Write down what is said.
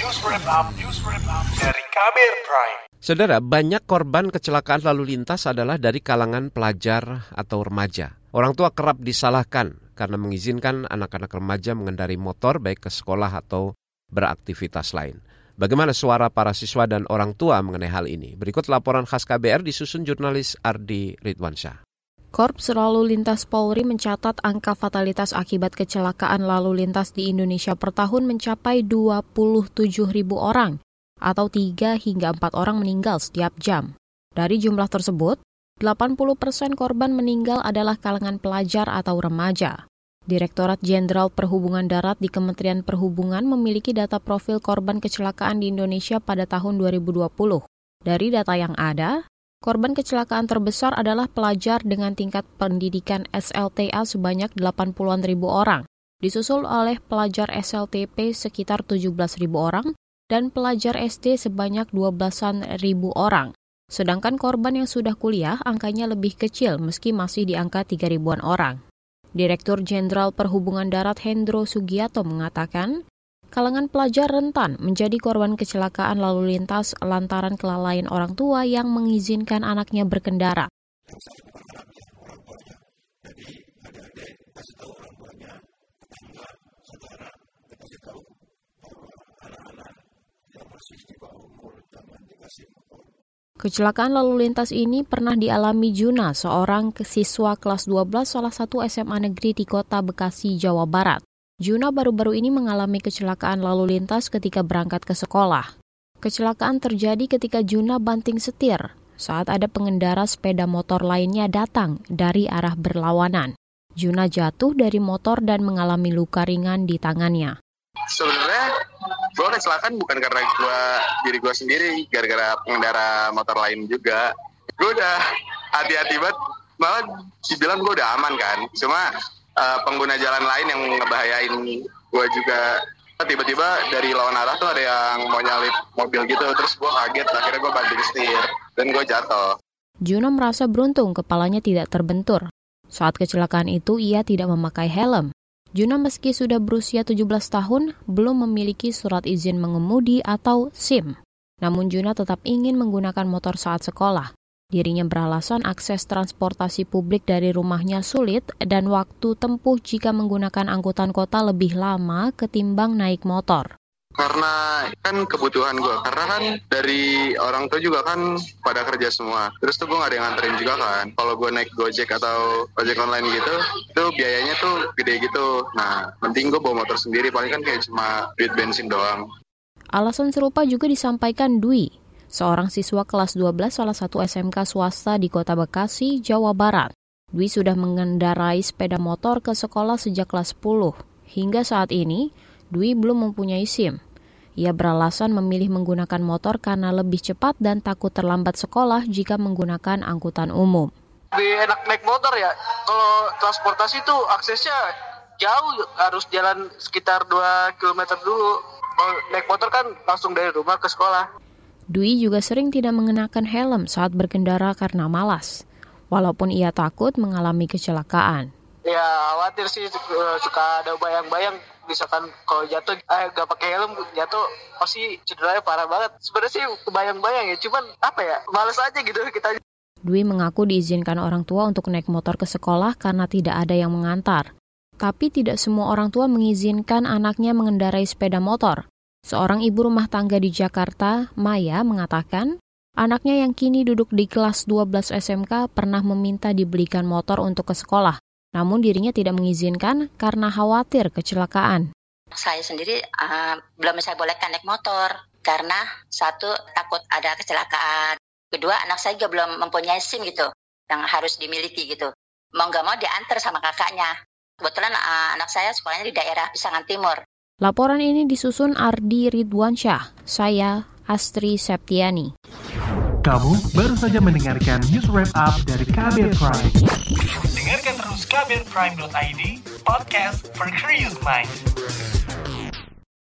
News Wrap Up dari KBR Prime. Saudara, banyak korban kecelakaan lalu lintas adalah dari kalangan pelajar atau remaja. Orang tua kerap disalahkan karena mengizinkan anak-anak remaja mengendarai motor baik ke sekolah atau beraktivitas lain. Bagaimana suara para siswa dan orang tua mengenai hal ini? Berikut laporan khas KBR disusun jurnalis Ardi Ridwansyah. Korps Lalu Lintas Polri mencatat angka fatalitas akibat kecelakaan lalu lintas di Indonesia per tahun mencapai 27.000 orang, atau 3 hingga 4 orang meninggal setiap jam. Dari jumlah tersebut, 80% korban meninggal adalah kalangan pelajar atau remaja. Direktorat Jenderal Perhubungan Darat di Kementerian Perhubungan memiliki data profil korban kecelakaan di Indonesia pada tahun 2020. Dari data yang ada, korban kecelakaan terbesar adalah pelajar dengan tingkat pendidikan SLTA sebanyak 80-an ribu orang, disusul oleh pelajar SLTP sekitar 17.000 orang, dan pelajar SD sebanyak 12-an ribu orang. Sedangkan korban yang sudah kuliah angkanya lebih kecil meski masih di angka 3.000-an orang. Direktur Jenderal Perhubungan Darat Hendro Sugiyato mengatakan, kalangan pelajar rentan menjadi korban kecelakaan lalu lintas lantaran kelalaian orang tua yang mengizinkan anaknya berkendara. Kecelakaan lalu lintas ini pernah dialami Juna, seorang siswa kelas 12 salah satu SMA negeri di kota Bekasi, Jawa Barat. Juna baru-baru ini mengalami kecelakaan lalu lintas ketika berangkat ke sekolah. Kecelakaan terjadi ketika Juna banting setir saat ada pengendara sepeda motor lainnya datang dari arah berlawanan. Juna jatuh dari motor dan mengalami luka ringan di tangannya. Sebenarnya gue kecelakaan bukan karena diri gue sendiri, gara-gara pengendara motor lain juga. Gue udah hati-hati banget, malah dibilang gue udah aman kan. Cuma pengguna jalan lain yang ngebahayain gue juga. Tiba-tiba dari lawan arah tuh ada yang mau nyalip mobil gitu, terus gue kaget, akhirnya gue banting setir dan gue jatuh. Juna merasa beruntung kepalanya tidak terbentur. Saat kecelakaan itu ia tidak memakai helm. Juna meski sudah berusia 17 tahun belum memiliki surat izin mengemudi atau SIM. Namun Juna tetap ingin menggunakan motor saat sekolah. Dirinya beralasan akses transportasi publik dari rumahnya sulit dan waktu tempuh jika menggunakan angkutan kota lebih lama ketimbang naik motor. Karena kan kebutuhan gue, karena kan dari orang tua juga kan pada kerja semua. Terus tuh gue gak ada yang nganterin juga kan. Kalau gue naik Gojek atau ojek online gitu, itu biayanya tuh gede gitu. Nah, penting gue bawa motor sendiri, paling kan kayak cuma duit bensin doang. Alasan serupa juga disampaikan Dwi, seorang siswa kelas 12 salah satu SMK swasta di kota Bekasi, Jawa Barat. Dwi sudah mengendarai sepeda motor ke sekolah sejak kelas 10. Hingga saat ini, Dwi belum mempunyai SIM. Ia beralasan memilih menggunakan motor karena lebih cepat dan takut terlambat sekolah jika menggunakan angkutan umum. Lebih enak naik motor ya. Kalau transportasi itu aksesnya jauh, harus jalan sekitar 2 km dulu. Kalau naik motor kan langsung dari rumah ke sekolah. Dwi juga sering tidak mengenakan helm saat berkendara karena malas, walaupun ia takut mengalami kecelakaan. Ya khawatir sih, suka ada bayang-bayang. Misalkan kalau jatuh, gak pakai helm, jatuh pasti cederanya parah banget. Sebenarnya sih kebayang-bayang ya, cuman males aja gitu kita. Dwi mengaku diizinkan orang tua untuk naik motor ke sekolah karena tidak ada yang mengantar. Tapi tidak semua orang tua mengizinkan anaknya mengendarai sepeda motor. Seorang ibu rumah tangga di Jakarta, Maya, mengatakan anaknya yang kini duduk di kelas 12 SMK pernah meminta dibelikan motor untuk ke sekolah. Namun dirinya tidak mengizinkan karena khawatir kecelakaan. Saya sendiri belum saya bolehkan naik motor karena satu, takut ada kecelakaan. Kedua, anak saya juga belum mempunyai SIM gitu yang harus dimiliki gitu. Mau nggak mau diantar sama kakaknya. Kebetulan anak saya sekolahnya di daerah Pisangan Timur. Laporan ini disusun Ardi Ridwansyah. Saya Astri Septiani. Kamu baru saja mendengarkan News Wrap Up dari KBR Prime. Dengarkan terus kbrprime.id, podcast for curious mind.